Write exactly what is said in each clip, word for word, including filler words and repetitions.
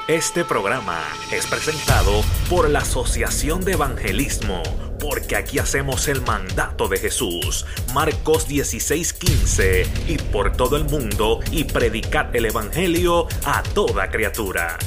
Este programa es presentado por la Asociación de Evangelismo, porque aquí hacemos el mandato de Jesús, Marcos dieciséis quince, y por todo el mundo, y predicad el Evangelio a toda criatura.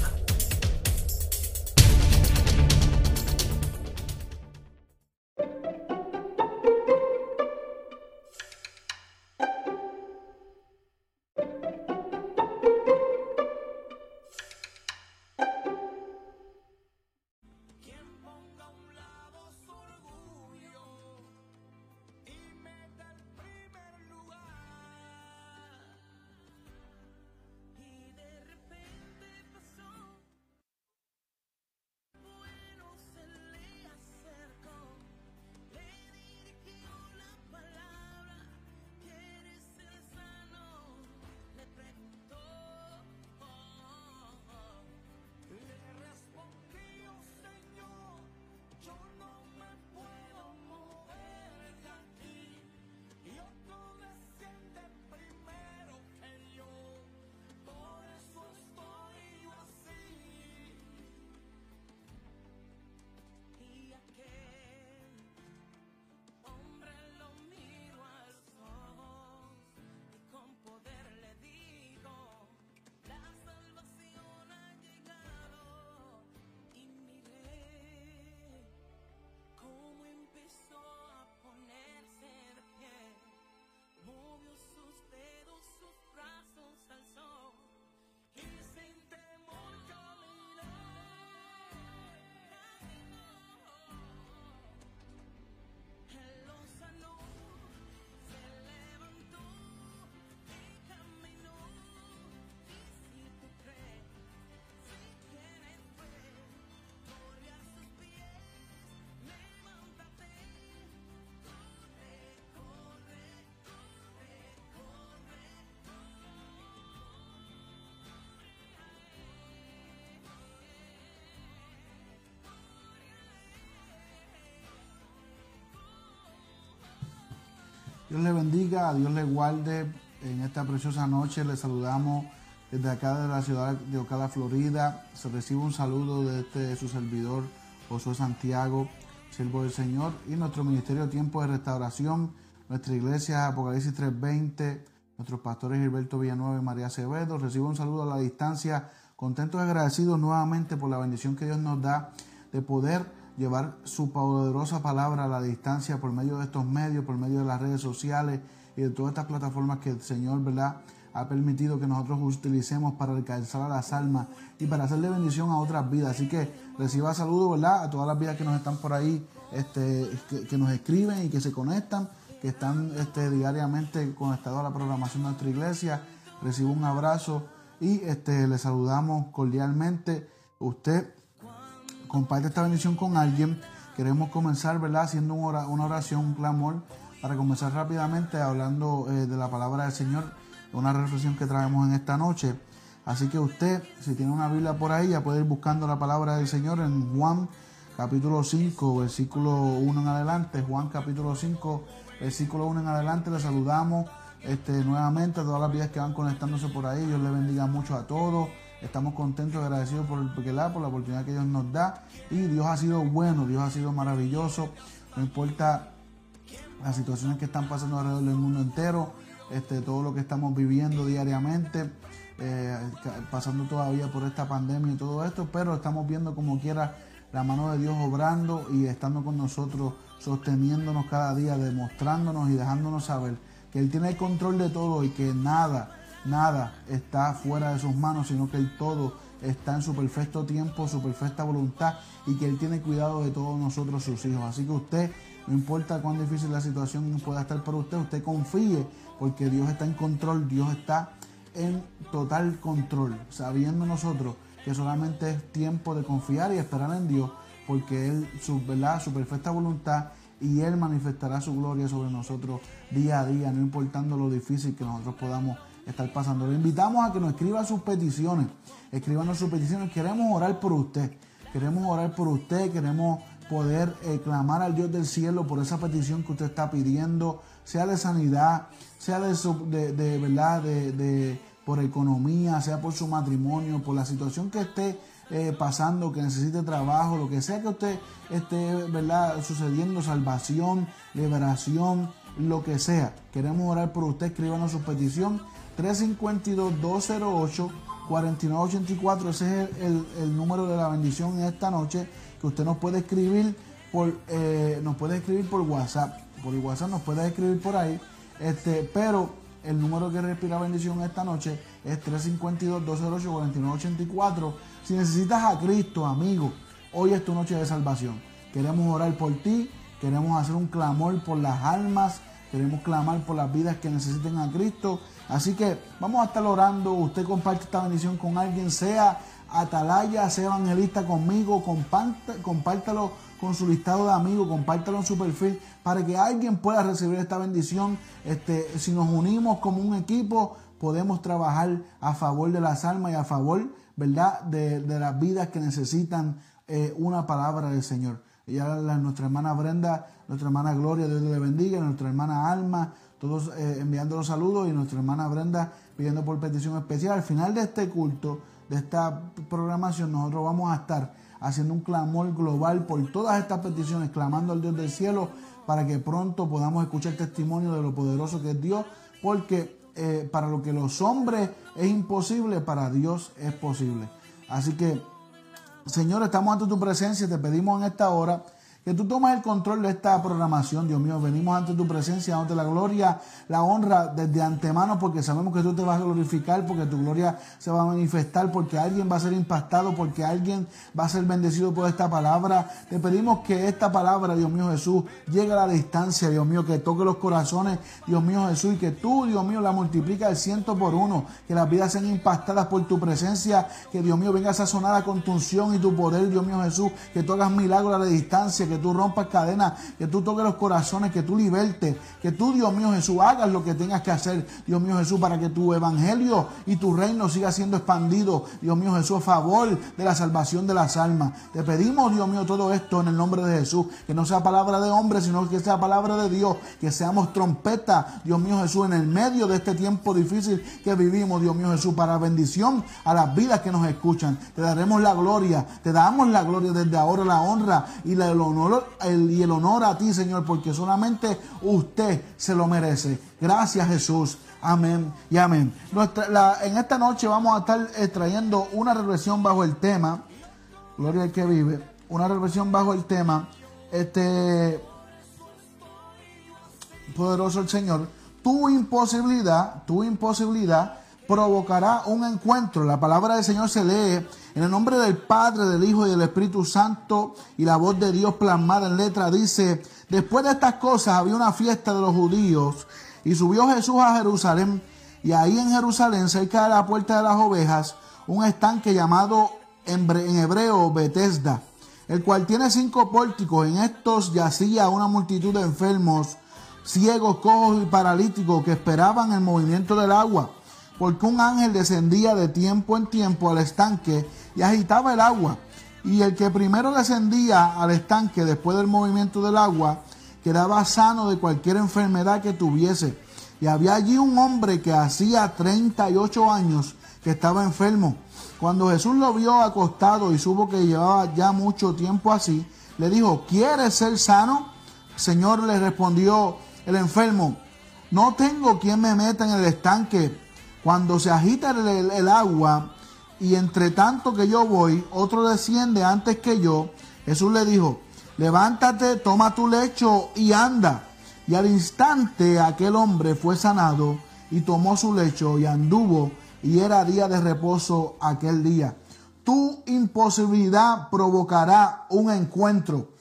Dios le bendiga, Dios le guarde en esta preciosa noche. Le saludamos desde acá de la ciudad de Ocala, Florida. Se recibe un saludo de este su servidor, Josué Santiago, siervo del Señor, y nuestro ministerio Tiempo de Restauración, nuestra iglesia Apocalipsis tres veinte, nuestros pastores Gilberto Villanueva y María Acevedo. Recibo un saludo a la distancia, contentos y agradecidos nuevamente por la bendición que Dios nos da de poder llevar su poderosa palabra a la distancia por medio de estos medios, por medio de las redes sociales y de todas estas plataformas que el Señor, ¿verdad?, ha permitido que nosotros utilicemos para alcanzar a las almas y para hacerle bendición a otras vidas. Así que reciba saludos, ¿verdad?, a todas las vidas que nos están por ahí, este, que, que nos escriben y que se conectan, que están este, diariamente conectados a la programación de nuestra iglesia. Recibo un abrazo y este, le saludamos cordialmente. Usted comparte esta bendición con alguien. Queremos comenzar, ¿verdad?, haciendo una oración, un clamor, para comenzar rápidamente hablando eh, de la palabra del Señor, una reflexión que traemos en esta noche. Así que usted, si tiene una Biblia por ahí, ya puede ir buscando la palabra del Señor en Juan capítulo cinco, versículo uno en adelante. Juan capítulo cinco, versículo uno en adelante. Le saludamos este, nuevamente a todas las vidas que van conectándose por ahí. Dios le bendiga mucho a todos. Estamos contentos y agradecidos por, el, por la oportunidad que Dios nos da. Y Dios ha sido bueno, Dios ha sido maravilloso. No importa las situaciones que están pasando alrededor del mundo entero, este, todo lo que estamos viviendo diariamente, eh, pasando todavía por esta pandemia y todo esto, pero estamos viendo como quiera la mano de Dios obrando y estando con nosotros, sosteniéndonos cada día, demostrándonos y dejándonos saber que Él tiene el control de todo y que nada Nada está fuera de sus manos, sino que el todo está en su perfecto tiempo, su perfecta voluntad, y que Él tiene cuidado de todos nosotros, sus hijos. Así que usted, no importa cuán difícil la situación pueda estar para usted, usted confíe, porque Dios está en control, Dios está en total control, sabiendo nosotros que solamente es tiempo de confiar y esperar en Dios, porque Él, su, ¿verdad?, su perfecta voluntad, y Él manifestará su gloria sobre nosotros día a día, no importando lo difícil que nosotros podamos estar pasando. Le invitamos a que nos escriba sus peticiones, escríbanos sus peticiones. Queremos orar por usted, queremos orar por usted, queremos poder eh, clamar al Dios del cielo por esa petición que usted está pidiendo, sea de sanidad, sea de, su, de, de verdad, de, de por economía, sea por su matrimonio, por la situación que esté eh, pasando, que necesite trabajo, lo que sea que usted esté, ¿verdad?, sucediendo, salvación, liberación, lo que sea. Queremos orar por usted. Escríbanos su petición. tres cinco dos, dos cero ocho, cuatro nueve ocho cuatro. Ese es el, el, el número de la bendición en esta noche, que usted nos puede escribir por, eh, nos puede escribir por WhatsApp. Por el WhatsApp nos puede escribir por ahí. Este, pero el número que respira bendición esta noche es tres cinco dos, dos cero ocho, cuatro nueve ocho cuatro. Si necesitas a Cristo, amigo, hoy es tu noche de salvación. Queremos orar por ti, queremos hacer un clamor por las almas, queremos clamar por las vidas que necesiten a Cristo. Así que vamos a estar orando. Usted comparte esta bendición con alguien, sea atalaya, sea evangelista conmigo, comparte, compártalo con su listado de amigos, compártalo en su perfil para que alguien pueda recibir esta bendición. Este, si nos unimos como un equipo, podemos trabajar a favor de las almas y a favor, ¿verdad?, de, de las vidas que necesitan eh, una palabra del Señor. Ya la, nuestra hermana Brenda, nuestra hermana Gloria, Dios le bendiga, nuestra hermana Alma, todos eh, enviando los saludos, y nuestra hermana Brenda pidiendo por petición especial. Al final de este culto, de esta programación, nosotros vamos a estar haciendo un clamor global por todas estas peticiones, clamando al Dios del cielo para que pronto podamos escuchar testimonio de lo poderoso que es Dios, porque eh, para lo que los hombres es imposible, para Dios es posible. Así que, Señor, estamos ante tu presencia, te pedimos en esta hora que tú tomes el control de esta programación, Dios mío. Venimos ante tu presencia, ante la gloria, la honra desde antemano, porque sabemos que tú te vas a glorificar, porque tu gloria se va a manifestar, porque alguien va a ser impactado, porque alguien va a ser bendecido por esta palabra. Te pedimos que esta palabra, Dios mío Jesús, llegue a la distancia, Dios mío, que toque los corazones, Dios mío Jesús, y que tú, Dios mío, la multiplica al ciento por uno, que las vidas sean impactadas por tu presencia, que, Dios mío, venga sazonada con tu unción y tu poder, Dios mío Jesús, que tú hagas milagros a la distancia, que tú rompas cadenas, que tú toques los corazones, que tú libertes, que tú, Dios mío Jesús, hagas lo que tengas que hacer, Dios mío Jesús, para que tu evangelio y tu reino siga siendo expandido, Dios mío Jesús, a favor de la salvación de las almas. Te pedimos, Dios mío, todo esto en el nombre de Jesús, que no sea palabra de hombre, sino que sea palabra de Dios, que seamos trompeta, Dios mío Jesús, en el medio de este tiempo difícil que vivimos, Dios mío Jesús, para bendición a las vidas que nos escuchan. Te daremos la gloria, te damos la gloria desde ahora, la honra y la, el honor El, y el honor a ti, Señor, porque solamente usted se lo merece. Gracias, Jesús. Amén y amén. Nuestra, la, en esta noche vamos a estar extrayendo una reflexión bajo el tema, gloria al que vive, una reflexión bajo el tema, este, poderoso el Señor, tu imposibilidad, tu imposibilidad provocará un encuentro. La palabra del Señor se lee en el nombre del Padre, del Hijo y del Espíritu Santo, y la voz de Dios plasmada en letra dice: después de estas cosas había una fiesta de los judíos, y subió Jesús a Jerusalén, y ahí en Jerusalén, cerca de la puerta de las ovejas, un estanque llamado en hebreo Betesda, el cual tiene cinco pórticos. En estos yacía una multitud de enfermos, ciegos, cojos y paralíticos, que esperaban el movimiento del agua, porque un ángel descendía de tiempo en tiempo al estanque y agitaba el agua. Y el que primero descendía al estanque después del movimiento del agua quedaba sano de cualquier enfermedad que tuviese. Y había allí un hombre que hacía treinta y ocho años que estaba enfermo. Cuando Jesús lo vio acostado y supo que llevaba ya mucho tiempo así, le dijo: ¿quieres ser sano? Señor, le respondió el enfermo, no tengo quien me meta en el estanque cuando se agita el, el, el agua, y entre tanto que yo voy, otro desciende antes que yo. Jesús le dijo: levántate, toma tu lecho y anda. Y al instante aquel hombre fue sanado y tomó su lecho y anduvo, y era día de reposo aquel día. Tu imposibilidad provocará un encuentro.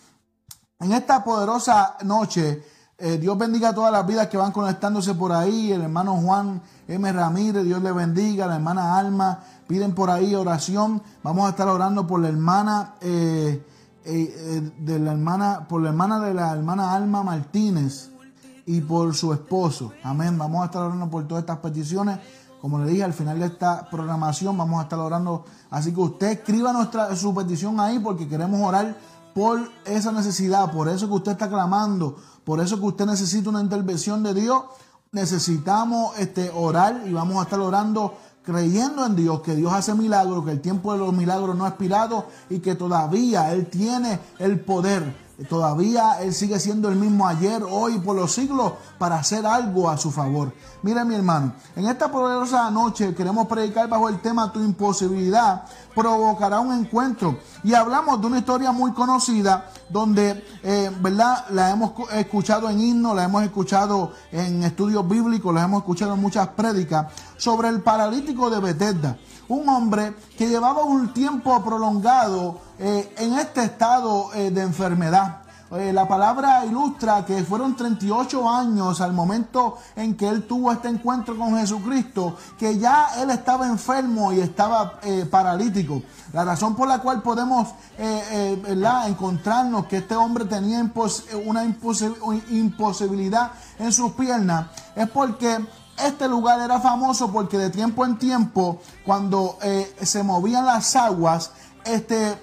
En esta poderosa noche, Eh, Dios bendiga a todas las vidas que van conectándose por ahí. El hermano Juan M. Ramírez, Dios le bendiga. La hermana Alma, piden por ahí oración. Vamos a estar orando por la hermana, eh, eh, eh, de la hermana, por la hermana de la hermana Alma Martínez y por su esposo. Amén. Vamos a estar orando por todas estas peticiones. Como le dije, al final de esta programación vamos a estar orando. Así que usted escriba nuestra, su petición ahí, porque queremos orar por esa necesidad, por eso que usted está clamando, por eso que usted necesita una intervención de Dios. Necesitamos este, orar, y vamos a estar orando creyendo en Dios, que Dios hace milagros, que el tiempo de los milagros no ha expirado y que todavía Él tiene el poder. Todavía Él sigue siendo el mismo ayer, hoy y por los siglos para hacer algo a su favor. Mira, mi hermano, en esta poderosa noche queremos predicar bajo el tema Tu imposibilidad provocará un encuentro. Y hablamos de una historia muy conocida donde, eh, ¿verdad? La hemos escuchado en himnos, la hemos escuchado en estudios bíblicos, la hemos escuchado en muchas prédicas sobre el paralítico de Betesda. Un hombre que llevaba un tiempo prolongado eh, en este estado eh, de enfermedad. Eh, la palabra ilustra que fueron treinta y ocho años al momento en que él tuvo este encuentro con Jesucristo, que ya él estaba enfermo y estaba eh, paralítico. La razón por la cual podemos eh, eh, encontrarnos que este hombre tenía impos una imposi imposibilidad en sus piernas es porque este lugar era famoso porque de tiempo en tiempo, cuando eh, se movían las aguas, este,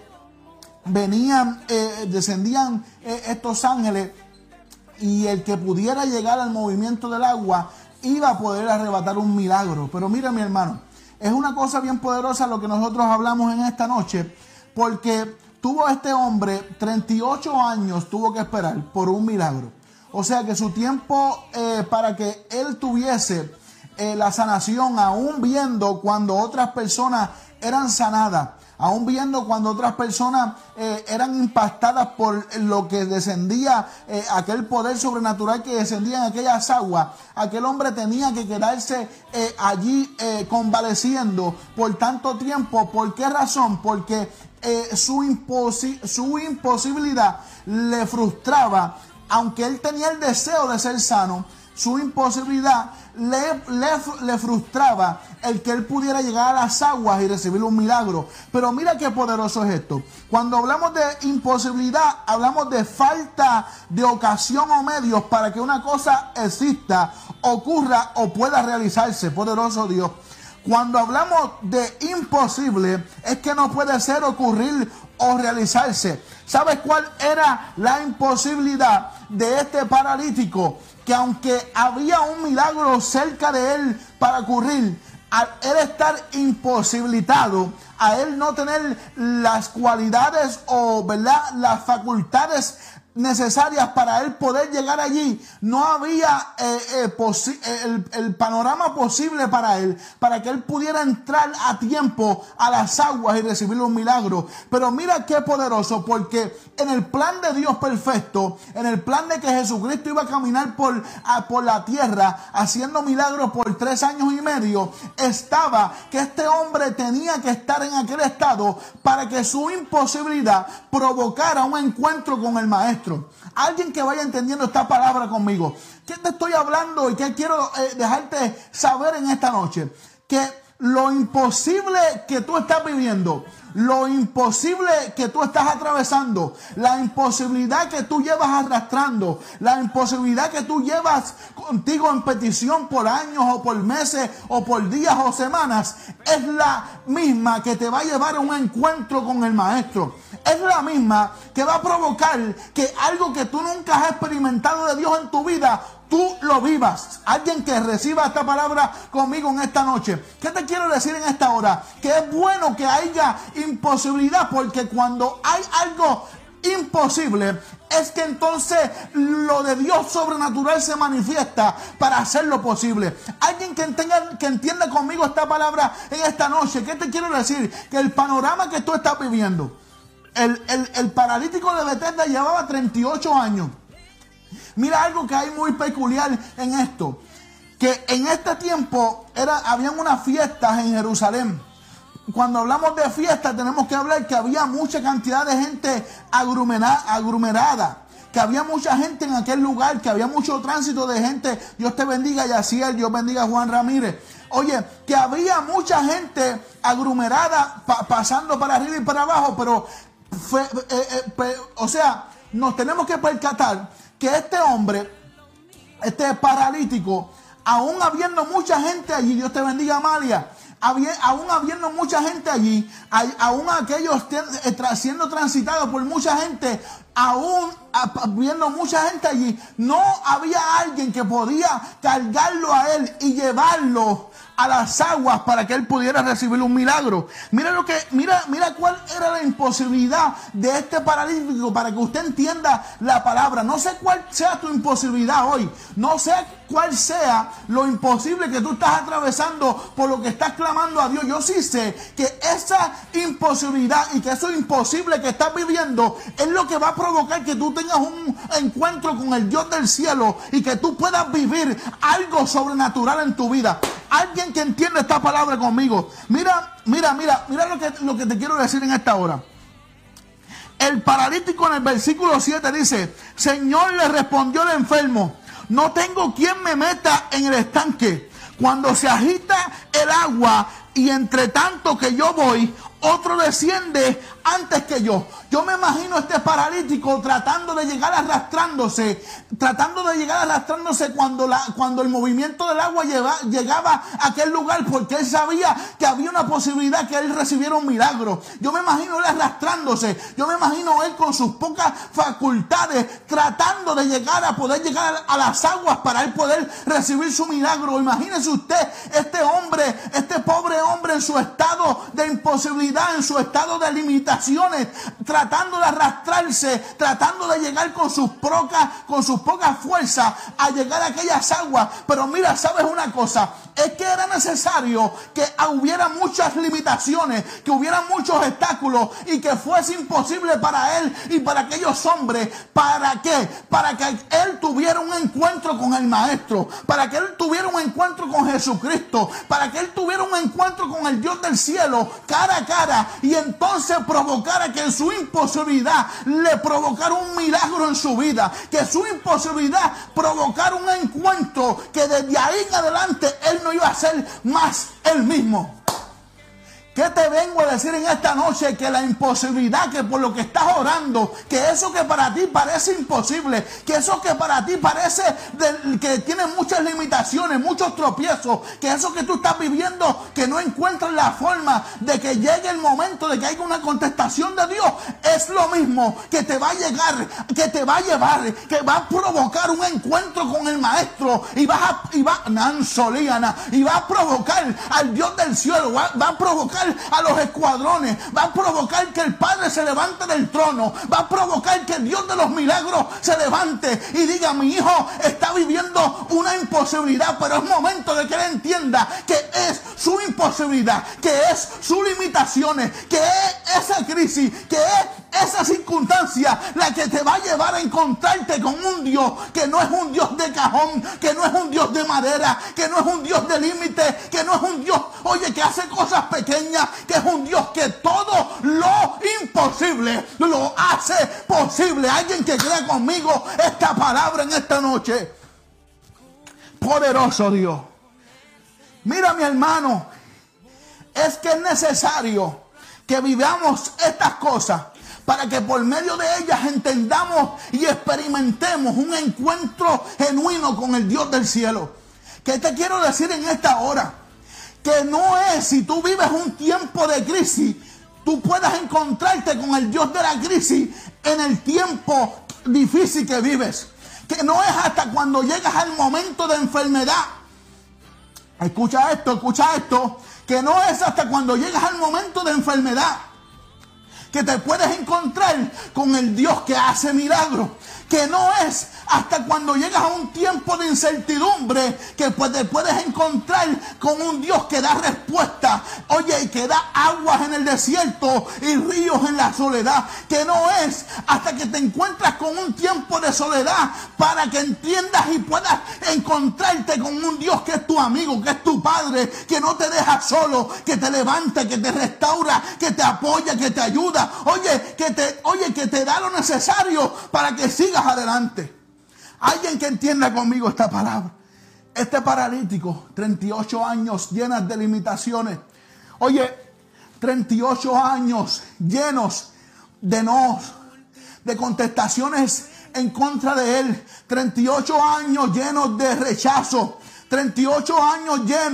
venían, eh, descendían eh, estos ángeles, y el que pudiera llegar al movimiento del agua iba a poder arrebatar un milagro. Pero mira, mi hermano, es una cosa bien poderosa lo que nosotros hablamos en esta noche, porque tuvo este hombre treinta y ocho años, tuvo que esperar por un milagro. O sea que su tiempo eh, para que él tuviese eh, la sanación, aún viendo cuando otras personas eran sanadas, aún viendo cuando otras personas eh, eran impactadas por lo que descendía, eh, aquel poder sobrenatural que descendía en aquellas aguas, aquel hombre tenía que quedarse eh, allí eh, convaleciendo por tanto tiempo. ¿Por qué razón? Porque eh, su, imposi su imposibilidad le frustraba. Aunque él tenía el deseo de ser sano, su imposibilidad le, le, le frustraba el que él pudiera llegar a las aguas y recibir un milagro. Pero mira qué poderoso es esto. Cuando hablamos de imposibilidad, hablamos de falta de ocasión o medios para que una cosa exista, ocurra o pueda realizarse. Poderoso Dios. Cuando hablamos de imposible, es que no puede ser, ocurrir o realizarse. ¿Sabes cuál era la imposibilidad de este paralítico? Que aunque había un milagro cerca de él para ocurrir, al él estar imposibilitado, a él no tener las cualidades o, ¿verdad?, las facultades necesarias para él poder llegar allí, no había eh, eh, el, el panorama posible para él, para que él pudiera entrar a tiempo a las aguas y recibir un milagro. Pero mira qué poderoso, porque en el plan de Dios perfecto, en el plan de que Jesucristo iba a caminar por, a, por la tierra haciendo milagros por tres años y medio, estaba que este hombre tenía que estar en aquel estado para que su imposibilidad provocara un encuentro con el Maestro. Alguien que vaya entendiendo esta palabra conmigo. ¿Qué te estoy hablando y qué quiero eh, dejarte saber en esta noche? Que lo imposible que tú estás viviendo, lo imposible que tú estás atravesando, la imposibilidad que tú llevas arrastrando, la imposibilidad que tú llevas contigo en petición por años o por meses o por días o semanas, es la misma que te va a llevar a un encuentro con el Maestro. Es la misma que va a provocar que algo que tú nunca has experimentado de Dios en tu vida, tú lo vivas. Alguien que reciba esta palabra conmigo en esta noche. ¿Qué te quiero decir en esta hora? Que es bueno que haya imposibilidad, porque cuando hay algo imposible, es que entonces lo de Dios sobrenatural se manifiesta para hacerlo posible. Alguien que entienda, que entienda conmigo esta palabra en esta noche. ¿Qué te quiero decir? Que el panorama que tú estás viviendo, el, el, el paralítico de Betesda llevaba treinta y ocho años. Mira algo que hay muy peculiar en esto, que en este tiempo era, habían unas fiestas en Jerusalén. Cuando hablamos de fiestas tenemos que hablar que había mucha cantidad de gente aglomerada, que había mucha gente en aquel lugar, que había mucho tránsito de gente. Dios te bendiga, Yaciel, Dios bendiga a Juan Ramírez. Oye, que había mucha gente aglomerada pa pasando para arriba y para abajo, pero fue, eh, eh, pe o sea, nos tenemos que percatar que este hombre, este paralítico, aún habiendo mucha gente allí, Dios te bendiga, Amalia, había, aún habiendo mucha gente allí, hay, aún aquellos siendo transitados por mucha gente, aún viendo mucha gente allí, no había alguien que podía cargarlo a él y llevarlo a las aguas para que él pudiera recibir un milagro. Mira lo que, mira, mira cuál era la imposibilidad de este paralítico, para que usted entienda la palabra. No sé cuál sea tu imposibilidad hoy, no sé cuál sea lo imposible que tú estás atravesando, por lo que estás clamando a Dios. Yo sí sé que esa imposibilidad y que eso imposible que estás viviendo es lo que va a provocar que tú tengas un encuentro con el Dios del cielo y que tú puedas vivir algo sobrenatural en tu vida. Alguien que entiende esta palabra conmigo. Mira, mira, mira, mira lo que, lo que te quiero decir en esta hora. El paralítico en el versículo siete dice: Señor, le respondió el enfermo, no tengo quien me meta en el estanque cuando se agita el agua, y entre tanto que yo voy, otro desciende antes que yo. Yo me imagino a este paralítico tratando de llegar arrastrándose, tratando de llegar arrastrándose cuando, la, cuando el movimiento del agua lleva, llegaba a aquel lugar, porque él sabía que había una posibilidad que él recibiera un milagro. Yo me imagino él arrastrándose, yo me imagino él con sus pocas facultades tratando de llegar a poder llegar a las aguas para él poder recibir su milagro. Imagínese usted este hombre, este pobre hombre en su estado de imposibilidad, en su estado de limitaciones, tratando de arrastrarse, tratando de llegar con sus pocas, con sus pocas fuerzas a llegar a aquellas aguas. Pero mira, ¿sabes una cosa? Es que era necesario que hubiera muchas limitaciones, que hubiera muchos obstáculos y que fuese imposible para él y para aquellos hombres. ¿Para qué? Para que él tuviera un encuentro con el Maestro, para que él tuviera un encuentro con Jesucristo, para que él tuviera un encuentro con el Dios del cielo cara a cara, y entonces provocara que su imposibilidad le provocara un milagro en su vida, que su imposibilidad provocara un encuentro que desde ahí en adelante él no iba a ser más el mismo. ¿Qué te vengo a decir en esta noche? Que la imposibilidad, que por lo que estás orando, que eso que para ti parece imposible, que eso que para ti parece de, que tiene muchas limitaciones, muchos tropiezos, que eso que tú estás viviendo, que no encuentras la forma de que llegue el momento de que haya una contestación de Dios, es lo mismo que te va a llegar, que te va a llevar, que va a provocar un encuentro con el Maestro, y vas a, y va, Nansoliana, y va a provocar al Dios del cielo, va, va a provocar a los escuadrones, va a provocar que el Padre se levante del trono, va a provocar que el Dios de los milagros se levante y diga: mi hijo está viviendo una imposibilidad, pero es momento de que él entienda que es su imposibilidad, que es sus limitaciones, que es esa crisis, que es esa circunstancia la que te va a llevar a encontrarte con un Dios que no es un Dios de cajón, que no es un Dios de madera, que no es un Dios de límite, que no es un Dios, oye, que hace cosas pequeñas, que es un Dios que todo lo imposible lo hace posible. Alguien que crea conmigo esta palabra en esta noche. Poderoso Dios. Mira, mi hermano, es que es necesario que vivamos estas cosas para que por medio de ellas entendamos y experimentemos un encuentro genuino con el Dios del cielo. ¿Qué te quiero decir en esta hora? Que no es, si tú vives un tiempo de crisis, tú puedas encontrarte con el Dios de la crisis en el tiempo difícil que vives. Que no es hasta cuando llegas al momento de enfermedad. Escucha esto, escucha esto. Que no es hasta cuando llegas al momento de enfermedad que te puedes encontrar con el Dios que hace milagros. Que no es hasta cuando llegas a un tiempo de incertidumbre que pues te puedes encontrar con un Dios que da respuesta. Oye, y que da aguas en el desierto y ríos en la soledad. Que no es hasta que te encuentras con un tiempo de soledad para que entiendas y puedas encontrarte con un Dios que es tu amigo, que es tu Padre, que no te deja solo, que te levanta, que te restaura, que te apoya, que te ayuda. Oye, que te, oye, que te da lo necesario para que sigas adelante. Alguien que entienda conmigo esta palabra. Este paralítico, treinta y ocho años llenas de limitaciones. Oye, treinta y ocho años llenos de no, de contestaciones en contra de él. treinta y ocho años llenos de rechazo. treinta y ocho años llenos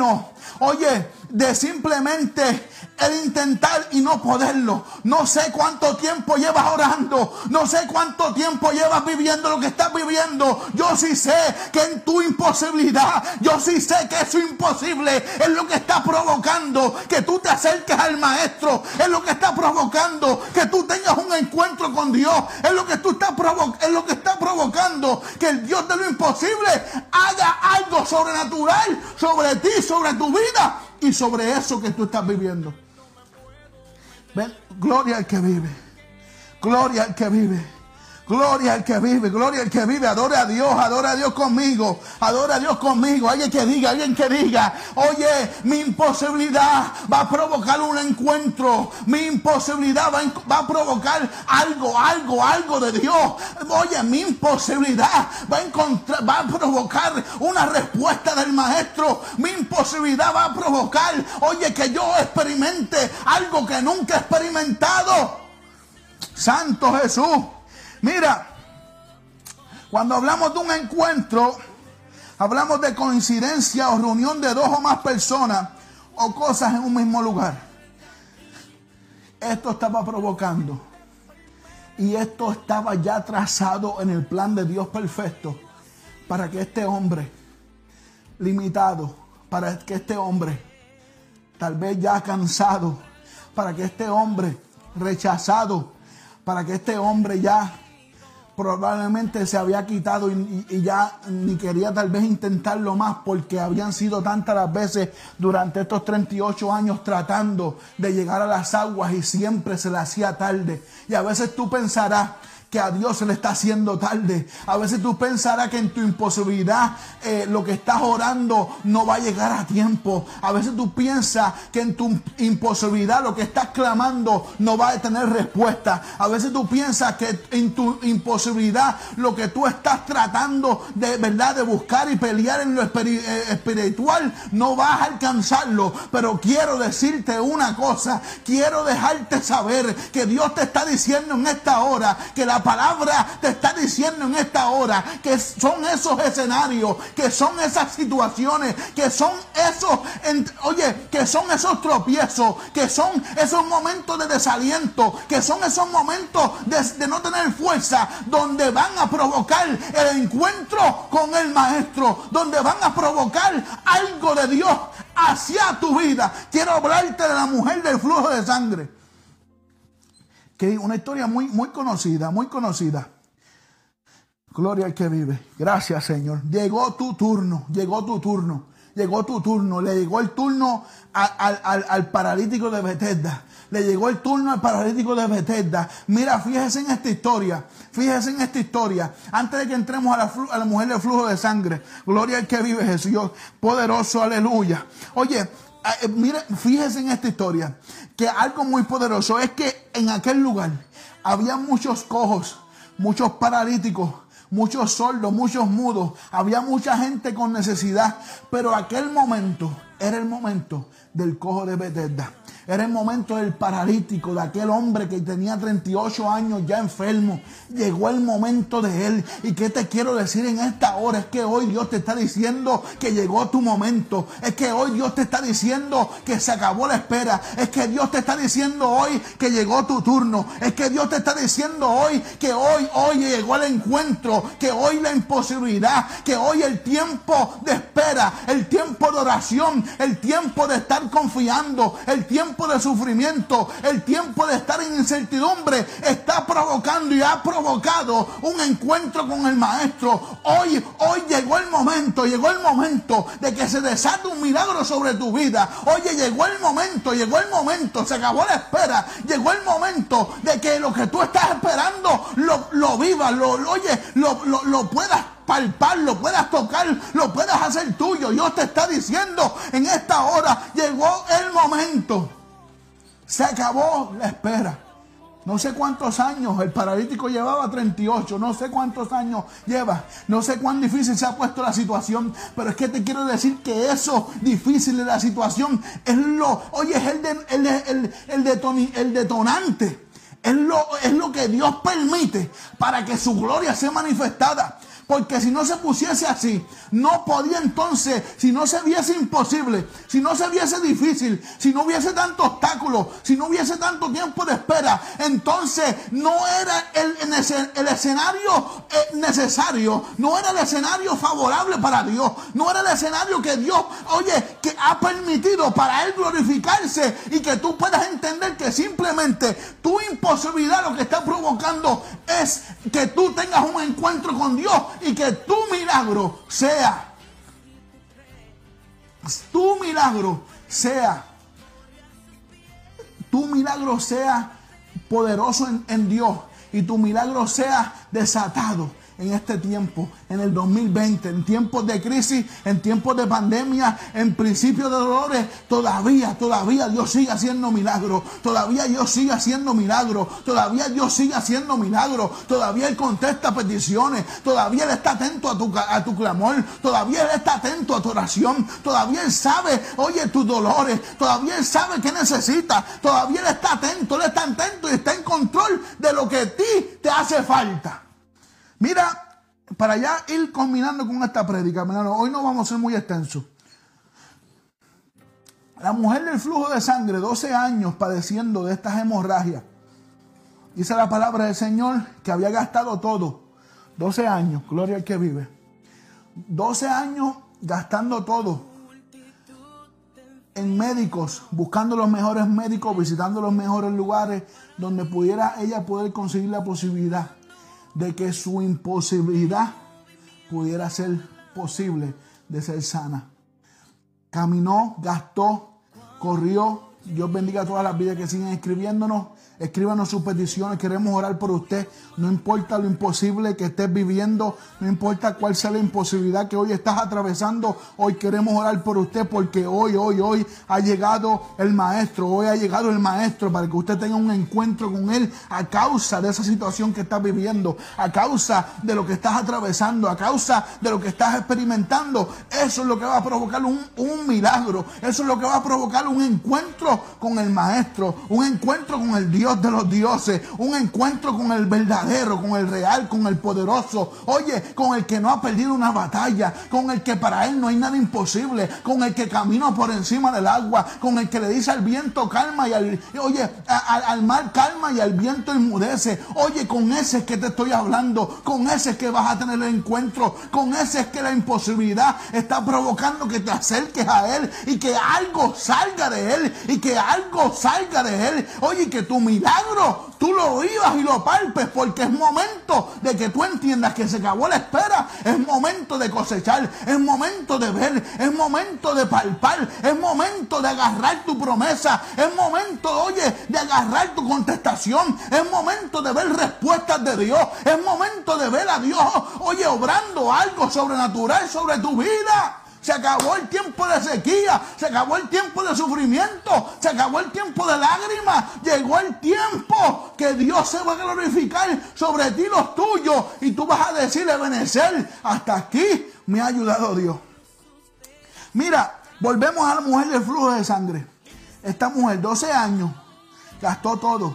Oye, de simplemente el intentar y no poderlo. No sé cuánto tiempo llevas orando, no sé cuánto tiempo llevas viviendo lo que estás viviendo. Yo sí sé que en tu imposibilidad, yo sí sé que eso imposible es lo que está provocando que tú te acerques al Maestro, es lo que está provocando que tú tengas un encuentro con Dios, es lo que tú estás provo- es lo que está provocando que el Dios de lo imposible haga algo sobrenatural sobre ti, sobre tu vida y sobre eso que tú estás viviendo. Ven, gloria al que vive, gloria al que vive, gloria al que vive, gloria al que vive. Adore a Dios, adore a Dios conmigo, adore a Dios conmigo. Alguien que diga, alguien que diga, oye, mi imposibilidad va a provocar un encuentro, mi imposibilidad va a, va a provocar algo, algo, algo de Dios. Oye, mi imposibilidad va a encontrar, va a provocar una respuesta del Maestro. Mi imposibilidad va a provocar, oye, que yo experimente algo que nunca he experimentado. Santo Jesús. Mira, cuando hablamos de un encuentro, hablamos de coincidencia o reunión de dos o más personas o cosas en un mismo lugar. Esto estaba provocando y esto estaba ya trazado en el plan de Dios perfecto para que este hombre limitado, para que este hombre tal vez ya cansado, para que este hombre rechazado, para que este hombre ya probablemente se había quitado y, y, y ya ni quería tal vez intentarlo más porque habían sido tantas las veces durante estos treinta y ocho años tratando de llegar a las aguas y siempre se le hacía tarde. Y a veces tú pensarás que a Dios se le está haciendo tarde. A veces tú pensarás que en tu imposibilidad eh, lo que estás orando no va a llegar a tiempo. A veces tú piensas que en tu imposibilidad lo que estás clamando no va a tener respuesta. A veces tú piensas que en tu imposibilidad lo que tú estás tratando de verdad de buscar y pelear en lo espiritual no vas a alcanzarlo. Pero quiero decirte una cosa, quiero dejarte saber que Dios te está diciendo en esta hora, que la palabra te está diciendo en esta hora que son esos escenarios, que son esas situaciones, que son esos, oye, que son esos tropiezos, que son esos momentos de desaliento, que son esos momentos de, de no tener fuerza, donde van a provocar el encuentro con el Maestro, donde van a provocar algo de Dios hacia tu vida. Quiero hablarte de la mujer del flujo de sangre. Que una historia muy, muy conocida, muy conocida. Gloria al que vive. Gracias, Señor. Llegó tu turno, llegó tu turno, llegó tu turno. Le llegó el turno al, al, al paralítico de Betesda. Le llegó el turno al paralítico de Betesda. Mira, fíjese en esta historia. Fíjese en esta historia. Antes de que entremos a la, a la mujer del flujo de sangre. Gloria al que vive, Jesús. Poderoso, aleluya. Oye, Eh, mire, fíjese en esta historia, que algo muy poderoso es que en aquel lugar había muchos cojos, muchos paralíticos, muchos sordos, muchos mudos, había mucha gente con necesidad, pero aquel momento era el momento del cojo de Betesda. Era el momento del paralítico, de aquel hombre que tenía treinta y ocho años ya enfermo. Llegó el momento de él. ¿Y qué te quiero decir en esta hora? Es que hoy Dios te está diciendo que llegó tu momento. Es que hoy Dios te está diciendo que se acabó la espera. Es que Dios te está diciendo hoy que llegó tu turno. Es que Dios te está diciendo hoy que hoy, hoy llegó el encuentro. Que hoy la imposibilidad. Que hoy el tiempo de espera. El tiempo de oración. El tiempo de estar confiando. El tiempo de sufrimiento, el tiempo de estar en incertidumbre está provocando y ha provocado un encuentro con el Maestro. Hoy, hoy llegó el momento, llegó el momento de que se desate un milagro sobre tu vida. Oye, llegó el momento, llegó el momento, se acabó la espera, llegó el momento de que lo que tú estás esperando lo, lo vivas, lo, lo, oye, lo, lo, lo puedas palpar, lo puedas tocar, lo puedas hacer tuyo. Dios te está diciendo en esta hora, llegó el momento. Se acabó la espera. No sé cuántos años el paralítico llevaba, treinta y ocho. No sé cuántos años lleva. No sé cuán difícil se ha puesto la situación. Pero es que te quiero decir que eso difícil de la situación es lo, oye, es el, de, el, el, el, detoni, el detonante. Es lo, es lo que Dios permite para que su gloria sea manifestada. Porque si no se pusiese así, no podía entonces, si no se viese imposible, si no se viese difícil, si no hubiese tanto obstáculo, si no hubiese tanto tiempo de espera, entonces no era el, el escenario necesario, no era el escenario favorable para Dios, no era el escenario que Dios, oye, que ha permitido para Él glorificarse y que tú puedas entender que simplemente tu imposibilidad lo que está provocando es que tú tengas un encuentro con Dios y que tu milagro sea, tu milagro sea, tu milagro sea poderoso en, en Dios y tu milagro sea desatado en este tiempo, en el dos mil veinte, en tiempos de crisis, en tiempos de pandemia, en principios de dolores, todavía, todavía Dios sigue haciendo milagros, todavía Dios sigue haciendo milagros, todavía Dios sigue haciendo milagros, todavía Él contesta peticiones, todavía Él está atento a tu, a tu clamor, todavía Él está atento a tu oración, todavía Él sabe, oye, tus dolores, todavía Él sabe qué necesitas, todavía Él está atento, Él está atento y está en control de lo que a ti te hace falta. Mira, para ya ir combinando con esta prédica, hermano, hoy no vamos a ser muy extensos. La mujer del flujo de sangre, doce años padeciendo de estas hemorragias. Dice la palabra del Señor que había gastado todo. doce años, gloria al que vive. doce años gastando todo. En médicos, buscando los mejores médicos, visitando los mejores lugares donde pudiera ella poder conseguir la posibilidad de que su imposibilidad pudiera ser posible de ser sana. Caminó, gastó, corrió. Dios bendiga a todas las vidas que siguen escribiéndonos. Escríbanos sus peticiones. Queremos orar por usted. No importa lo imposible que estés viviendo. No importa cuál sea la imposibilidad que hoy estás atravesando. Hoy queremos orar por usted porque hoy, hoy, hoy ha llegado el Maestro. Hoy ha llegado el Maestro para que usted tenga un encuentro con Él a causa de esa situación que estás viviendo. A causa de lo que estás atravesando. A causa de lo que estás experimentando. Eso es lo que va a provocar un, un milagro. Eso es lo que va a provocar un encuentro con el Maestro. Un encuentro con el Dios de los dioses, un encuentro con el verdadero, con el real, con el poderoso, oye, con el que no ha perdido una batalla, con el que para él no hay nada imposible, con el que camina por encima del agua, con el que le dice al viento calma y al, oye, a, a, al mar calma y al viento enmudece. Oye, con ese es que te estoy hablando, con ese es que vas a tener el encuentro, con ese es que la imposibilidad está provocando que te acerques a él y que algo salga de él y que algo salga de él, oye, que tu milagro tú lo vivas y lo palpes, porque es momento de que tú entiendas que se acabó la espera, es momento de cosechar, es momento de ver, es momento de palpar, es momento de agarrar tu promesa, es momento, oye, de agarrar tu contestación, es momento de ver respuestas de Dios, es momento de ver a Dios, oye, obrando algo sobrenatural sobre tu vida. Se acabó el tiempo de sequía, se acabó el tiempo de sufrimiento, se acabó el tiempo de lágrimas. Llegó el tiempo que Dios se va a glorificar sobre ti los tuyos y tú vas a decirle, Ebenezer, hasta aquí me ha ayudado Dios. Mira, volvemos a la mujer del flujo de sangre. Esta mujer, doce años, gastó todo.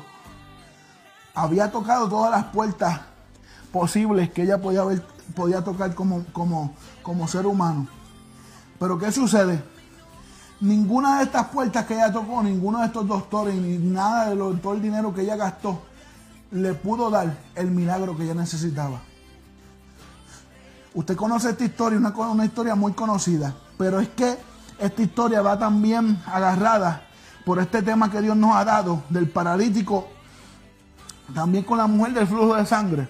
Había tocado todas las puertas posibles que ella podía, ver, podía tocar como, como, como ser humano. Pero ¿qué sucede? Ninguna de estas puertas que ella tocó, ninguno de estos doctores, ni nada de lo, todo el dinero que ella gastó, le pudo dar el milagro que ella necesitaba. Usted conoce esta historia, una, una historia muy conocida, pero es que esta historia va también agarrada por este tema que Dios nos ha dado, del paralítico, también con la mujer del flujo de sangre.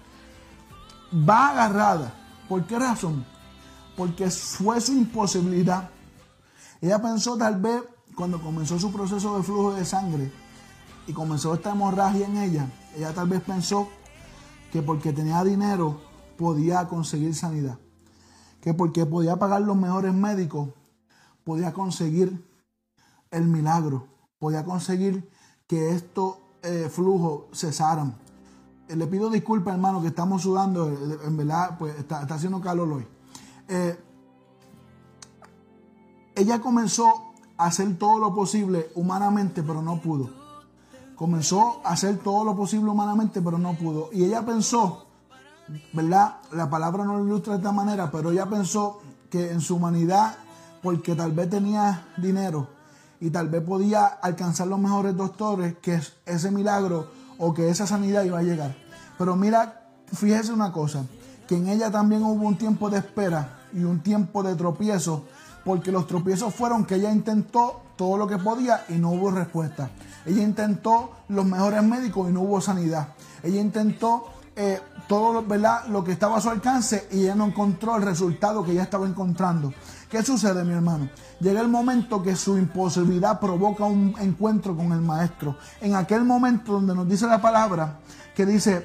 Va agarrada. ¿Por qué razón? Porque fue su imposibilidad. Ella pensó tal vez cuando comenzó su proceso de flujo de sangre y comenzó esta hemorragia en ella, ella tal vez pensó que porque tenía dinero podía conseguir sanidad, que porque podía pagar los mejores médicos podía conseguir el milagro, podía conseguir que estos eh, flujos cesaran. Eh, le pido disculpas, hermano, que estamos sudando, eh, en verdad pues está, está haciendo calor hoy. Eh, ella comenzó a hacer todo lo posible humanamente, pero no pudo. Comenzó a hacer todo lo posible humanamente, pero no pudo. Y ella pensó, ¿verdad? La palabra no lo ilustra de esta manera, pero ella pensó que en su humanidad, porque tal vez tenía dinero y tal vez podía alcanzar los mejores doctores, que ese milagro o que esa sanidad iba a llegar. Pero mira, fíjese una cosa, que en ella también hubo un tiempo de espera y un tiempo de tropiezo, porque los tropiezos fueron que ella intentó todo lo que podía y no hubo respuesta. Ella intentó los mejores médicos y no hubo sanidad. Ella intentó eh, todo, ¿verdad?, lo que estaba a su alcance y ella no encontró el resultado que ella estaba encontrando. ¿Qué sucede, mi hermano? Llega el momento que su imposibilidad provoca un encuentro con el maestro. En aquel momento donde nos dice la palabra, que dice,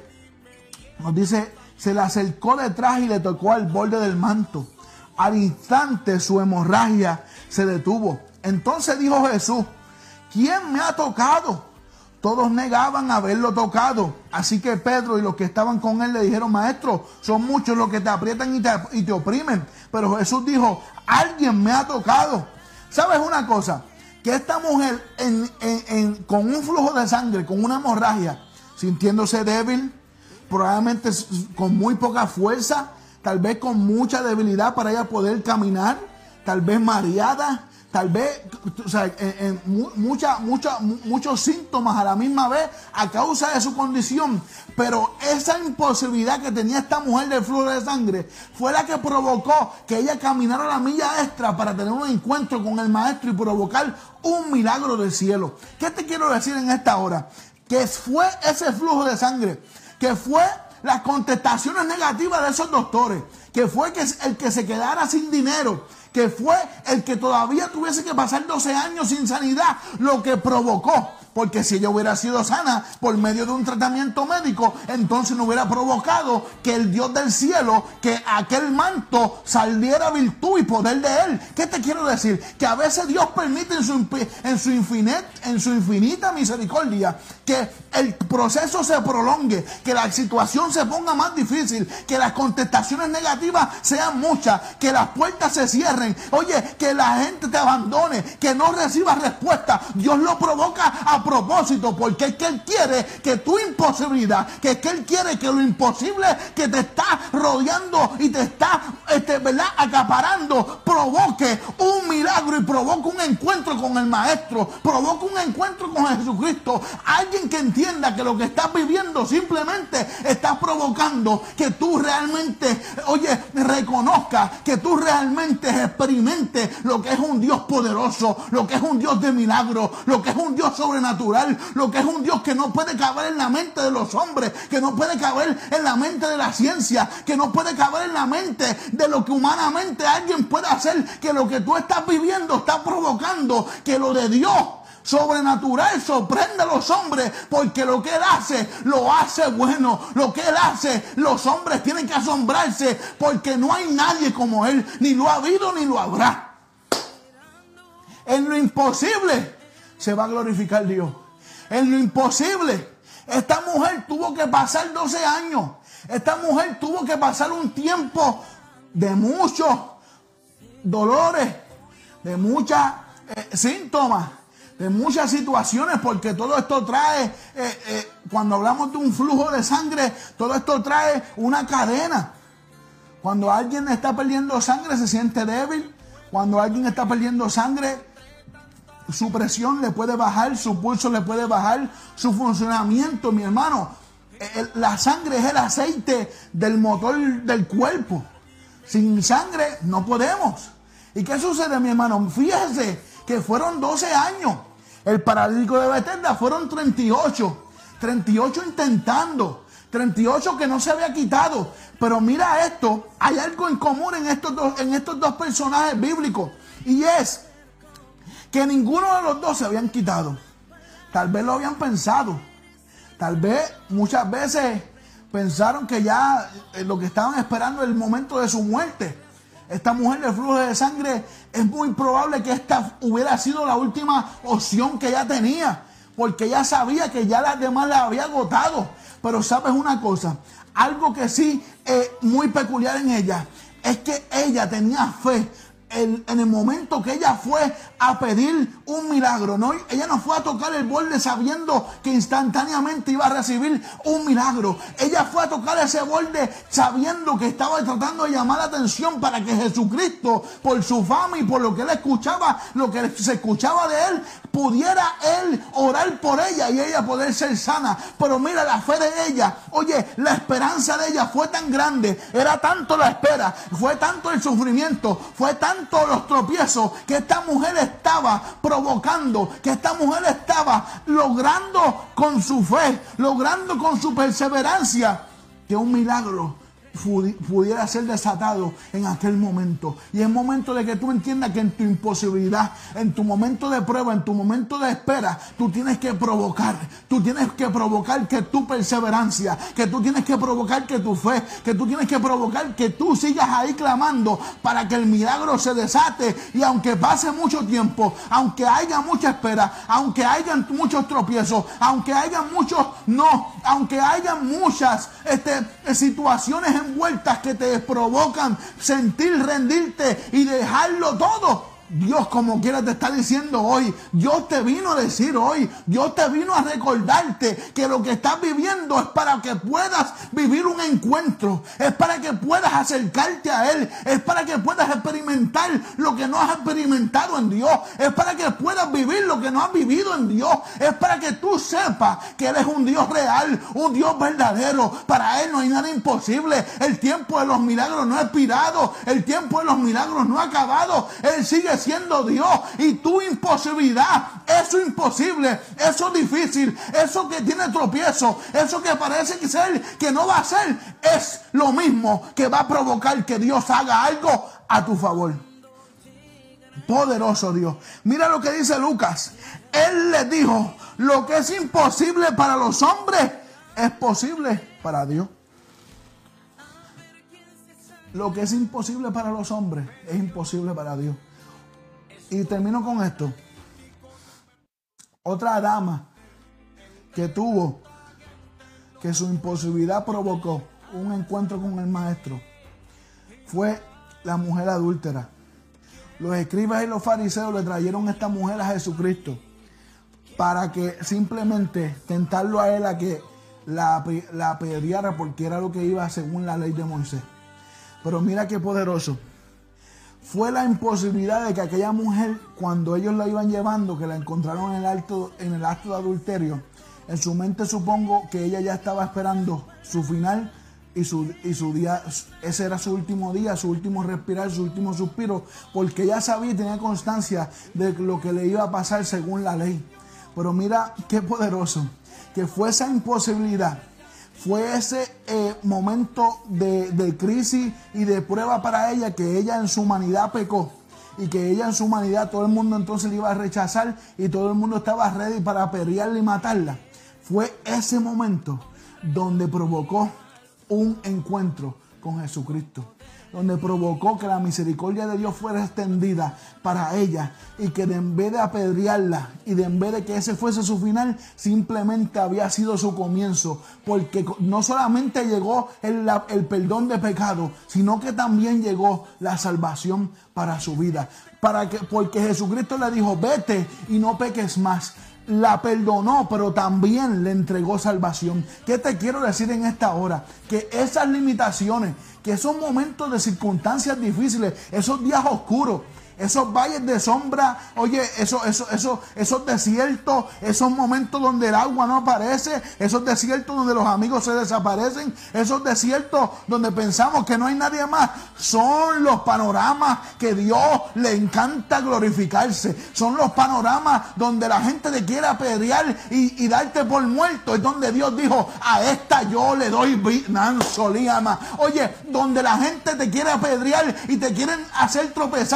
nos dice, se le acercó detrás y le tocó al borde del manto. Al instante su hemorragia se detuvo. Entonces dijo Jesús, ¿quién me ha tocado? Todos negaban haberlo tocado. Así que Pedro y los que estaban con él le dijeron, maestro, son muchos los que te aprietan y te, y te oprimen. Pero Jesús dijo, alguien me ha tocado. ¿Sabes una cosa? Que esta mujer en, en, en, con un flujo de sangre, con una hemorragia, sintiéndose débil, probablemente con muy poca fuerza, tal vez con mucha debilidad para ella poder caminar, tal vez mareada, tal vez, o sea, en, en mucha, mucha, muchos síntomas a la misma vez a causa de su condición. Pero esa imposibilidad que tenía esta mujer del flujo de sangre fue la que provocó que ella caminara la milla extra para tener un encuentro con el maestro y provocar un milagro del cielo. ¿Qué te quiero decir en esta hora? Que fue ese flujo de sangre, que fue las contestaciones negativas de esos doctores, que fue que el que se quedara sin dinero, que fue el que todavía tuviese que pasar doce años sin sanidad, lo que provocó. Porque si ella hubiera sido sana por medio de un tratamiento médico, entonces no hubiera provocado que el Dios del cielo, que aquel manto saliera virtud y poder de él. ¿Qué te quiero decir? Que a veces Dios permite en su, en su, infinit, en su infinita misericordia que el proceso se prolongue, que la situación se ponga más difícil, que las contestaciones negativas sean muchas, que las puertas se cierren, oye, que la gente te abandone, que no reciba respuesta. Dios lo provoca a propósito, porque es que Él quiere que tu imposibilidad, que es que Él quiere que lo imposible que te está rodeando y te está, este, ¿verdad?, acaparando, provoque un milagro y provoque un encuentro con el Maestro, provoque un encuentro con Jesucristo. Alguien que entienda que lo que estás viviendo simplemente está provocando que tú realmente, oye, reconozcas, que tú realmente experimentes lo que es un Dios poderoso, lo que es un Dios de milagro, lo que es un Dios sobrenatural, lo que es un Dios que no puede caber en la mente de los hombres, que no puede caber en la mente de la ciencia, que no puede caber en la mente de lo que humanamente alguien puede hacer, que lo que tú estás viviendo está provocando que lo de Dios sobrenatural sorprende a los hombres, porque lo que Él hace, lo hace bueno. Lo que Él hace, los hombres tienen que asombrarse, porque no hay nadie como Él, ni lo ha habido ni lo habrá. En lo imposible se va a glorificar Dios. En lo imposible, esta mujer tuvo que pasar doce años. Esta mujer tuvo que pasar un tiempo de muchos dolores, de muchos eh, síntomas, de muchas situaciones, porque todo esto trae, eh, eh, cuando hablamos de un flujo de sangre, todo esto trae una cadena. Cuando alguien está perdiendo sangre se siente débil. Cuando alguien está perdiendo sangre, su presión le puede bajar, su pulso le puede bajar, su funcionamiento, mi hermano. El, la sangre es el aceite del motor del cuerpo. Sin sangre no podemos. ¿Y qué sucede, mi hermano? Fíjese que fueron doce años. El paralítico de Betesda fueron treinta y ocho. treinta y ocho intentando. treinta y ocho que no se había quitado. Pero mira esto, hay algo en común en estos dos, en estos dos personajes bíblicos. Y es que ninguno de los dos se habían quitado. Tal vez lo habían pensado. Tal vez muchas veces pensaron que ya lo que estaban esperando es el momento de su muerte. Esta mujer del flujo de sangre, es muy probable que esta hubiera sido la última opción que ella tenía, porque ella sabía que ya las demás la había agotado. Pero sabes una cosa, algo que sí es muy peculiar en ella, es que ella tenía fe el, en el momento que ella fue a pedir un milagro, ¿no? Ella no fue a tocar el borde sabiendo que instantáneamente iba a recibir un milagro. Ella fue a tocar ese borde sabiendo que estaba tratando de llamar la atención para que Jesucristo, por su fama y por lo que él escuchaba, lo que se escuchaba de él, pudiera él orar por ella y ella poder ser sana. Pero mira la fe de ella, oye, la esperanza de ella fue tan grande, era tanto la espera, fue tanto el sufrimiento, fue tanto los tropiezos que esta mujer estaba provocando, que esta mujer estaba logrando con su fe, logrando con su perseverancia, que un milagro pudiera ser desatado en aquel momento. Y es momento de que tú entiendas que en tu imposibilidad, en tu momento de prueba, en tu momento de espera, tú tienes que provocar, tú tienes que provocar que tu perseverancia, que tú tienes que provocar que tu fe, que tú tienes que provocar que tú sigas ahí clamando para que el milagro se desate. Y aunque pase mucho tiempo, aunque haya mucha espera, aunque haya muchos tropiezos, aunque haya muchos no, aunque haya muchas este, situaciones en vueltas que te provocan sentir rendirte y dejarlo todo, Dios como quiera te está diciendo hoy, Dios te vino a decir hoy, Dios te vino a recordarte que lo que estás viviendo es para que puedas vivir un encuentro, es para que puedas acercarte a Él, es para que puedas experimentar lo que no has experimentado en Dios, es para que puedas vivir lo que no has vivido en Dios, es para que tú sepas que Él es un Dios real, un Dios verdadero. Para Él no hay nada imposible. El tiempo de los milagros no ha expirado, el tiempo de los milagros no ha acabado. Él sigue siendo Dios, y tu imposibilidad, eso imposible, eso difícil, eso que tiene tropiezo, eso que parece que ser que no va a ser, es lo mismo que va a provocar que Dios haga algo a tu favor. Poderoso Dios. Mira lo que dice Lucas. Él le dijo: lo que es imposible para los hombres es posible para Dios. Lo que es imposible para los hombres es imposible para Dios. Y termino con esto. Otra dama que tuvo, que su imposibilidad provocó un encuentro con el maestro, fue la mujer adúltera. Los escribas y los fariseos le trajeron a esta mujer a Jesucristo para que simplemente tentarlo a él a que la, la apedreara, porque era lo que iba según la ley de Moisés. Pero mira qué poderoso. Fue la imposibilidad de que aquella mujer, cuando ellos la iban llevando, que la encontraron en el acto, en el acto de adulterio, en su mente supongo que ella ya estaba esperando su final y su, y su día, ese era su último día, su último respirar, su último suspiro, porque ella sabía y tenía constancia de lo que le iba a pasar según la ley. Pero mira qué poderoso, que fue esa imposibilidad. Fue ese eh, momento de, de crisis y de prueba para ella, que ella en su humanidad pecó. Y que ella en su humanidad, todo el mundo entonces le iba a rechazar y todo el mundo estaba ready para apedrearla y matarla. Fue ese momento donde provocó un encuentro con Jesucristo. Donde provocó que la misericordia de Dios fuera extendida para ella, y que de en vez de apedrearla y de en vez de que ese fuese su final, simplemente había sido su comienzo, porque no solamente llegó el, el perdón de pecado, sino que también llegó la salvación para su vida, para que, porque Jesucristo le dijo: vete y no peques más. La perdonó, pero también le entregó salvación. ¿Qué te quiero decir en esta hora? Que esas limitaciones, que esos momentos de circunstancias difíciles, esos días oscuros, esos valles de sombra, oye, esos, esos, esos, esos desiertos, esos momentos donde el agua no aparece, esos desiertos donde los amigos se desaparecen, esos desiertos donde pensamos que no hay nadie más, son los panoramas que Dios le encanta glorificarse. Son los panoramas donde la gente te quiere apedrear y, y darte por muerto. Es donde Dios dijo: a esta yo le doy Nansolíama. Oye, donde la gente te quiere apedrear y te quieren hacer tropezar y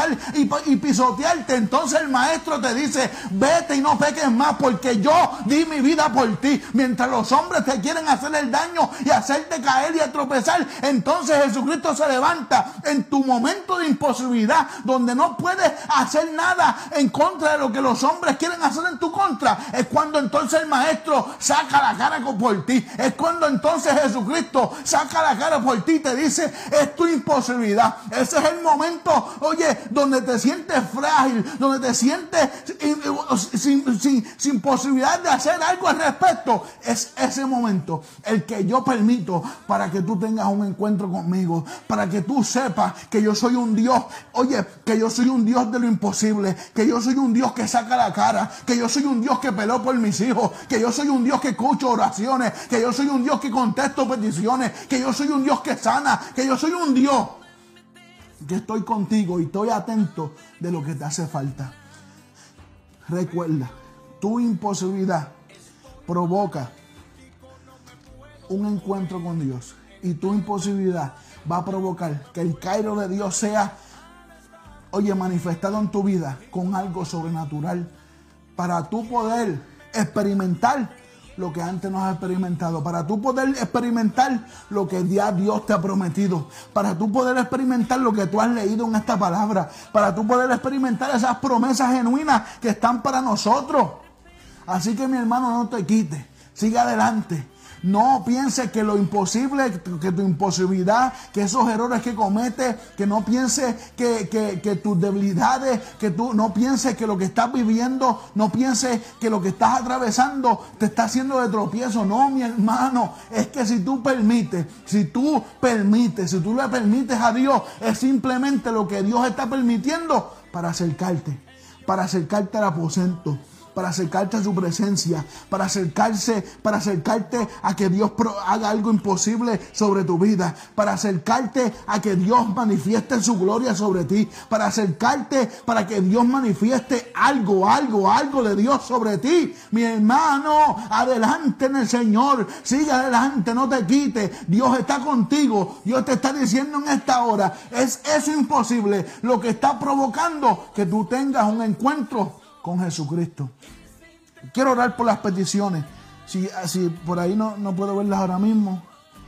y, y pisotearte, entonces el maestro te dice, vete y no peques más porque yo di mi vida por ti. Mientras los hombres te quieren hacer el daño y hacerte caer y a tropezar, entonces Jesucristo se levanta en tu momento de imposibilidad, donde no puedes hacer nada en contra de lo que los hombres quieren hacer en tu contra. Es cuando entonces el maestro saca la cara por ti. Es cuando entonces Jesucristo saca la cara por ti y te dice, es tu imposibilidad. Ese es el momento, oye, donde te sientes frágil, donde te sientes sin, sin, sin posibilidad de hacer algo al respecto. Es ese momento el que yo permito para que tú tengas un encuentro conmigo, para que tú sepas que yo soy un Dios, oye, que yo soy un Dios de lo imposible, que yo soy un Dios que saca la cara, que yo soy un Dios que peleó por mis hijos, que yo soy un Dios que escucho oraciones, que yo soy un Dios que contesto peticiones, que yo soy un Dios que sana, que yo soy un Dios que estoy contigo y estoy atento de lo que te hace falta. Recuerda, tu imposibilidad provoca un encuentro con Dios y tu imposibilidad va a provocar que el Cairo de Dios sea, oye, manifestado en tu vida con algo sobrenatural para tú poder experimentar lo que antes no has experimentado, para tú poder experimentar lo que ya Dios te ha prometido, para tú poder experimentar lo que tú has leído en esta palabra, para tú poder experimentar esas promesas genuinas que están para nosotros. Así que mi hermano, no te quites, sigue adelante. No pienses que lo imposible, que tu imposibilidad, que esos errores que cometes, que no pienses que, que, que tus debilidades, que tú no pienses que lo que estás viviendo, no pienses que lo que estás atravesando te está haciendo de tropiezo. No, mi hermano, es que si tú permites, si tú permites, si tú le permites a Dios, es simplemente lo que Dios está permitiendo para acercarte, para acercarte al aposento, para acercarte a su presencia, para acercarse, para acercarte a que Dios haga algo imposible sobre tu vida, para acercarte a que Dios manifieste su gloria sobre ti, para acercarte para que Dios manifieste algo, algo, algo de Dios sobre ti. Mi hermano, adelante en el Señor, sigue adelante, no te quites. Dios está contigo. Dios te está diciendo en esta hora, es eso imposible lo que está provocando que tú tengas un encuentro con Jesucristo. Quiero orar por las peticiones. Si, si por ahí no, no puedo verlas ahora mismo.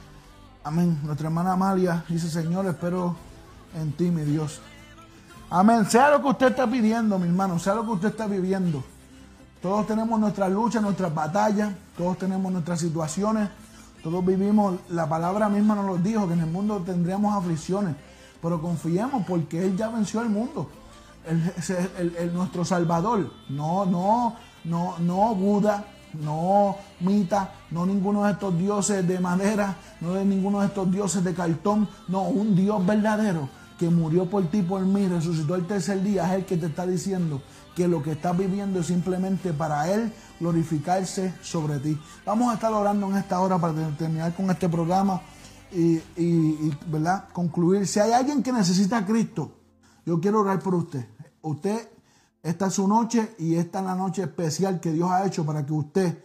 Amén. Nuestra hermana Amalia dice, Señor, espero en ti, mi Dios. Amén. Sea lo que usted está pidiendo, mi hermano, sea lo que usted está viviendo. Todos tenemos nuestras luchas, nuestras batallas, todos tenemos nuestras situaciones, todos vivimos, la palabra misma nos lo dijo, que en el mundo tendríamos aflicciones, pero confiemos porque Él ya venció el mundo. El, el, el, nuestro Salvador, no, no, no, no Buda, no Mita, no ninguno de estos dioses de madera, no de ninguno de estos dioses de cartón, no, un Dios verdadero que murió por ti, por mí, resucitó el tercer día, es el que te está diciendo que lo que estás viviendo es simplemente para Él glorificarse sobre ti. Vamos a estar orando en esta hora para terminar con este programa y, y, y ¿verdad? Concluir. Si hay alguien que necesita a Cristo, yo quiero orar por usted. Usted, esta es su noche y esta es la noche especial que Dios ha hecho para que usted,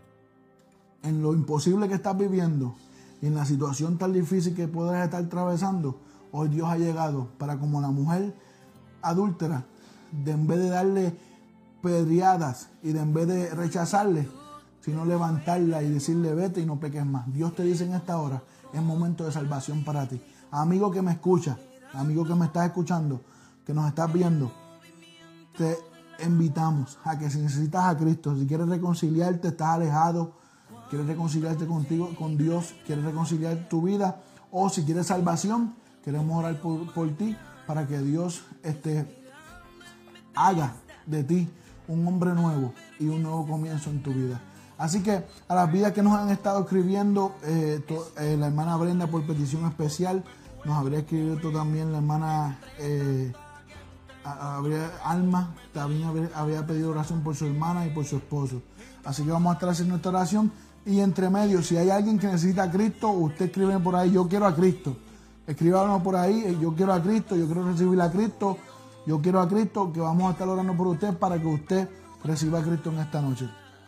en lo imposible que estás viviendo y en la situación tan difícil que podrás estar atravesando, hoy Dios ha llegado para, como la mujer adúltera, de en vez de darle pedreadas y de en vez de rechazarle, sino levantarla y decirle vete y no peques más. Dios te dice en esta hora, es momento de salvación para ti. Amigo que me escucha, amigo que me estás escuchando, que nos estás viendo, te invitamos a que si necesitas a Cristo, si quieres reconciliarte, estás alejado, quieres reconciliarte contigo, con Dios, quieres reconciliar tu vida, o si quieres salvación, queremos orar por, por ti para que Dios este, haga de ti un hombre nuevo y un nuevo comienzo en tu vida. Así que a las vidas que nos han estado escribiendo, eh, to, eh, la hermana Brenda por petición especial, nos habría escrito también la hermana eh, habría, Alma, también habría, había pedido oración por su hermana y por su esposo. Así que vamos a estar haciendo esta oración. Y entre medio, si hay alguien que necesita a Cristo, usted escribe por ahí, yo quiero a Cristo. Escríbanos por ahí, yo quiero a Cristo, yo quiero recibir a Cristo, yo quiero a Cristo, que vamos a estar orando por usted para que usted reciba a Cristo en esta noche.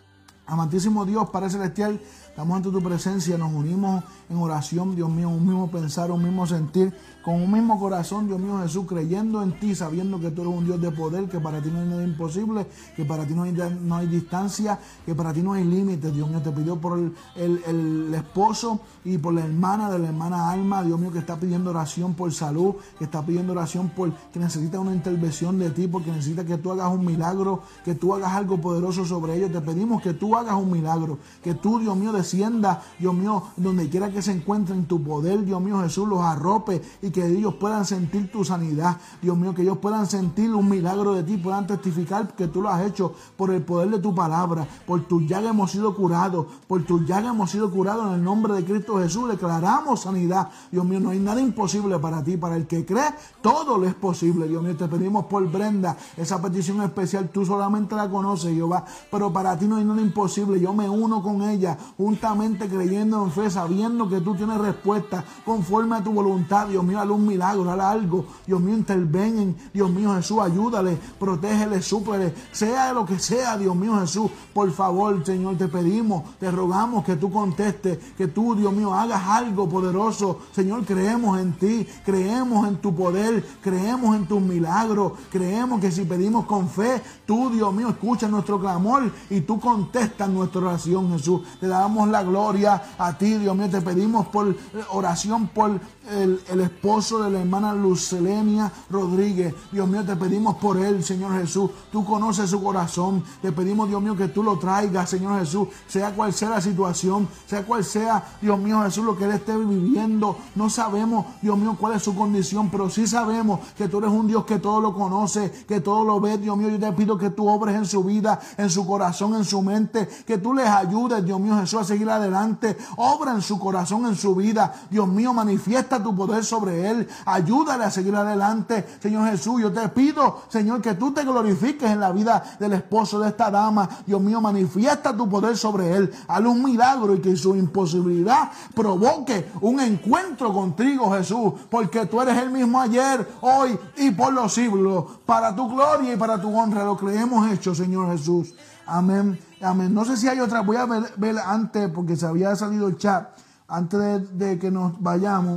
Amantísimo Dios, Padre Celestial, estamos ante tu presencia, nos unimos en oración, Dios mío, un mismo pensar, un mismo sentir, con un mismo corazón, Dios mío Jesús, creyendo en ti, sabiendo que tú eres un Dios de poder, que para ti no hay nada imposible, que para ti no hay, no hay distancia, que para ti no hay límites. Dios mío, te pidió por el, el, el esposo y por la hermana de la hermana Alma, Dios mío, que está pidiendo oración por salud, que está pidiendo oración por que necesita una intervención de ti, porque necesita que tú hagas un milagro, que tú hagas algo poderoso sobre ellos. Te pedimos que tú hagas un milagro, que tú, Dios mío, descienda, Dios mío, donde quiera que se encuentren, tu poder, Dios mío Jesús, los arrope y que ellos puedan sentir tu sanidad, Dios mío, que ellos puedan sentir un milagro de ti, puedan testificar que tú lo has hecho por el poder de tu palabra. Por tu llaga hemos sido curados, por tu llaga hemos sido curados en el nombre de Cristo Jesús. Declaramos sanidad, Dios mío, no hay nada imposible para ti, para el que cree, todo le es posible. Dios mío, te pedimos por Brenda, esa petición especial, tú solamente la conoces, Jehová, pero para ti no hay nada imposible. Yo me uno con ella, juntamente creyendo en fe, sabiendo que tú tienes respuesta conforme a tu voluntad. Dios mío, dale un milagro, dale algo. Dios mío, interven, Dios mío Jesús, ayúdale, protégele, súplele, sea lo que sea, Dios mío Jesús, por favor, Señor, te pedimos, te rogamos que tú contestes, que tú, Dios mío, hagas algo poderoso. Señor, creemos en ti, creemos en tu poder, creemos en tus milagros, creemos que si pedimos con fe, tú, Dios mío, escuchas nuestro clamor y tú contestas nuestra oración, Jesús. Te damos la gloria a ti, Dios mío, te pedimos por oración por el, el esposo de la hermana Lucelenia Rodríguez. Dios mío, te pedimos por él, Señor Jesús. Tú conoces su corazón. Te pedimos, Dios mío, que tú lo traigas, Señor Jesús, sea cual sea la situación, sea cual sea, Dios mío Jesús, lo que él esté viviendo. No sabemos, Dios mío, cuál es su condición, pero sí sabemos que tú eres un Dios que todo lo conoce, que todo lo ve. Dios mío, yo te pido que tú obres en su vida, en su corazón, en su mente, que tú les ayudes, Dios mío Jesús, a seguir adelante. Obra en su corazón, en su vida. Dios mío, manifiesta tu poder sobre él. Ayúdale a seguir adelante, Señor Jesús. Yo te pido, Señor, que tú te glorifiques en la vida del esposo de esta dama. Dios mío, manifiesta tu poder sobre él. Hazle un milagro y que su imposibilidad provoque un encuentro contigo, Jesús, porque tú eres el mismo ayer, hoy y por los siglos. Para tu gloria y para tu honra lo que hemos hecho, Señor Jesús. Amén. Amén. No sé si hay otra. Voy a ver, ver antes, porque se había salido el chat. Antes de, de que nos vayamos,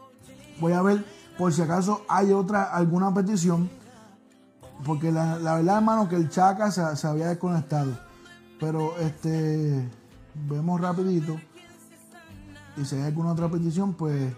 voy a ver por si acaso hay otra, alguna petición. Porque la, la verdad, hermano, que el chat acá se, se había desconectado. Pero este vemos rapidito. Y si hay alguna otra petición, pues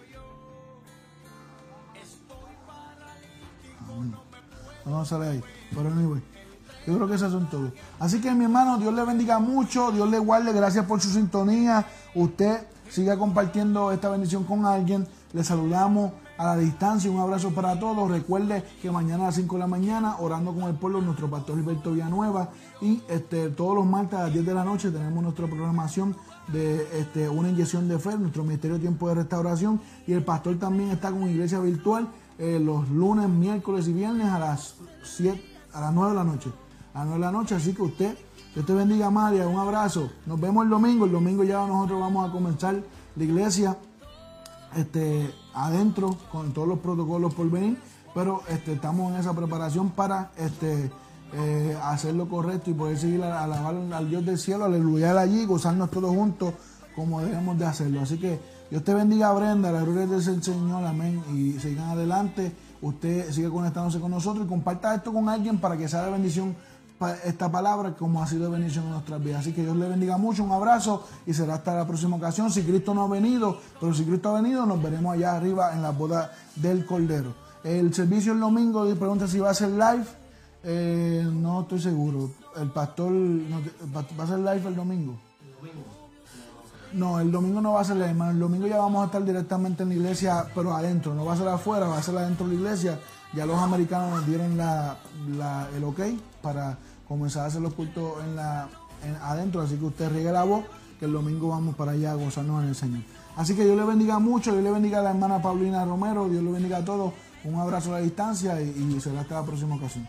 no nos sale ahí. Pero anyway, yo creo que esas son todas. Así que, mi hermano, Dios le bendiga mucho, Dios le guarde, gracias por su sintonía. Usted siga compartiendo esta bendición con alguien. Le saludamos a la distancia, un abrazo para todos. Recuerde que mañana a las cinco de la mañana, orando con el pueblo, nuestro pastor Gilberto Villanueva. Y este, todos los martes a las diez de la noche tenemos nuestra programación de este, una inyección de fe, nuestro ministerio Tiempo de Restauración. Y el pastor también está con iglesia virtual eh, los lunes, miércoles y viernes a las siete, a las nueve de la noche. A las nueve de la noche, así que usted, Dios te bendiga, María, un abrazo. Nos vemos el domingo. El domingo ya nosotros vamos a comenzar la iglesia este, adentro con todos los protocolos por venir, pero este, estamos en esa preparación para este, eh, hacer lo correcto y poder seguir a, a alabar al Dios del cielo, aleluya, allí, gozarnos todos juntos como debemos de hacerlo. Así que Dios te bendiga, Brenda, la gloria es del Señor, amén, y sigan adelante. Usted sigue conectándose con nosotros y comparta esto con alguien para que sea de bendición esta palabra como ha sido de bendición en nuestras vidas. Así que Dios le bendiga mucho, un abrazo y será hasta la próxima ocasión. Si Cristo no ha venido, pero si Cristo ha venido, nos veremos allá arriba en la boda del Cordero. El servicio el domingo, pregunta si va a ser live, eh, no estoy seguro. El pastor, no, ¿va a ser live el domingo? El domingo. No, el domingo no va a ser live, hermano. El domingo ya vamos a estar directamente en la iglesia, pero adentro, no va a ser afuera, va a ser adentro de la iglesia. Ya los americanos nos dieron la, la, el ok para comenzar a hacer los cultos en la, en, adentro, así que usted riegue la voz, que el domingo vamos para allá a gozarnos en el Señor. Así que Dios le bendiga mucho, Dios le bendiga a la hermana Paulina Romero, Dios le bendiga a todos, un abrazo a la distancia y, y será hasta la próxima ocasión.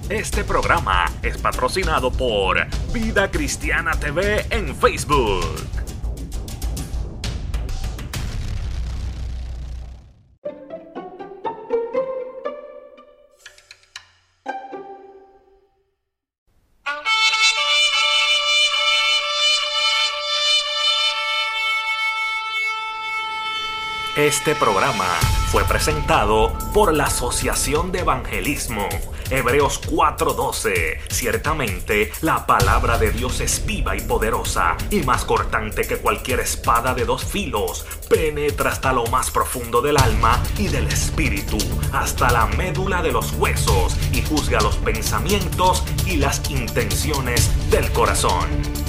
Este programa es patrocinado por Vida Cristiana T V en Facebook. Este programa fue presentado por la Asociación de Evangelismo. Hebreos cuatro doce. Ciertamente, la palabra de Dios es viva y poderosa, y más cortante que cualquier espada de dos filos. Penetra hasta lo más profundo del alma y del espíritu, hasta la médula de los huesos, y juzga los pensamientos y las intenciones del corazón.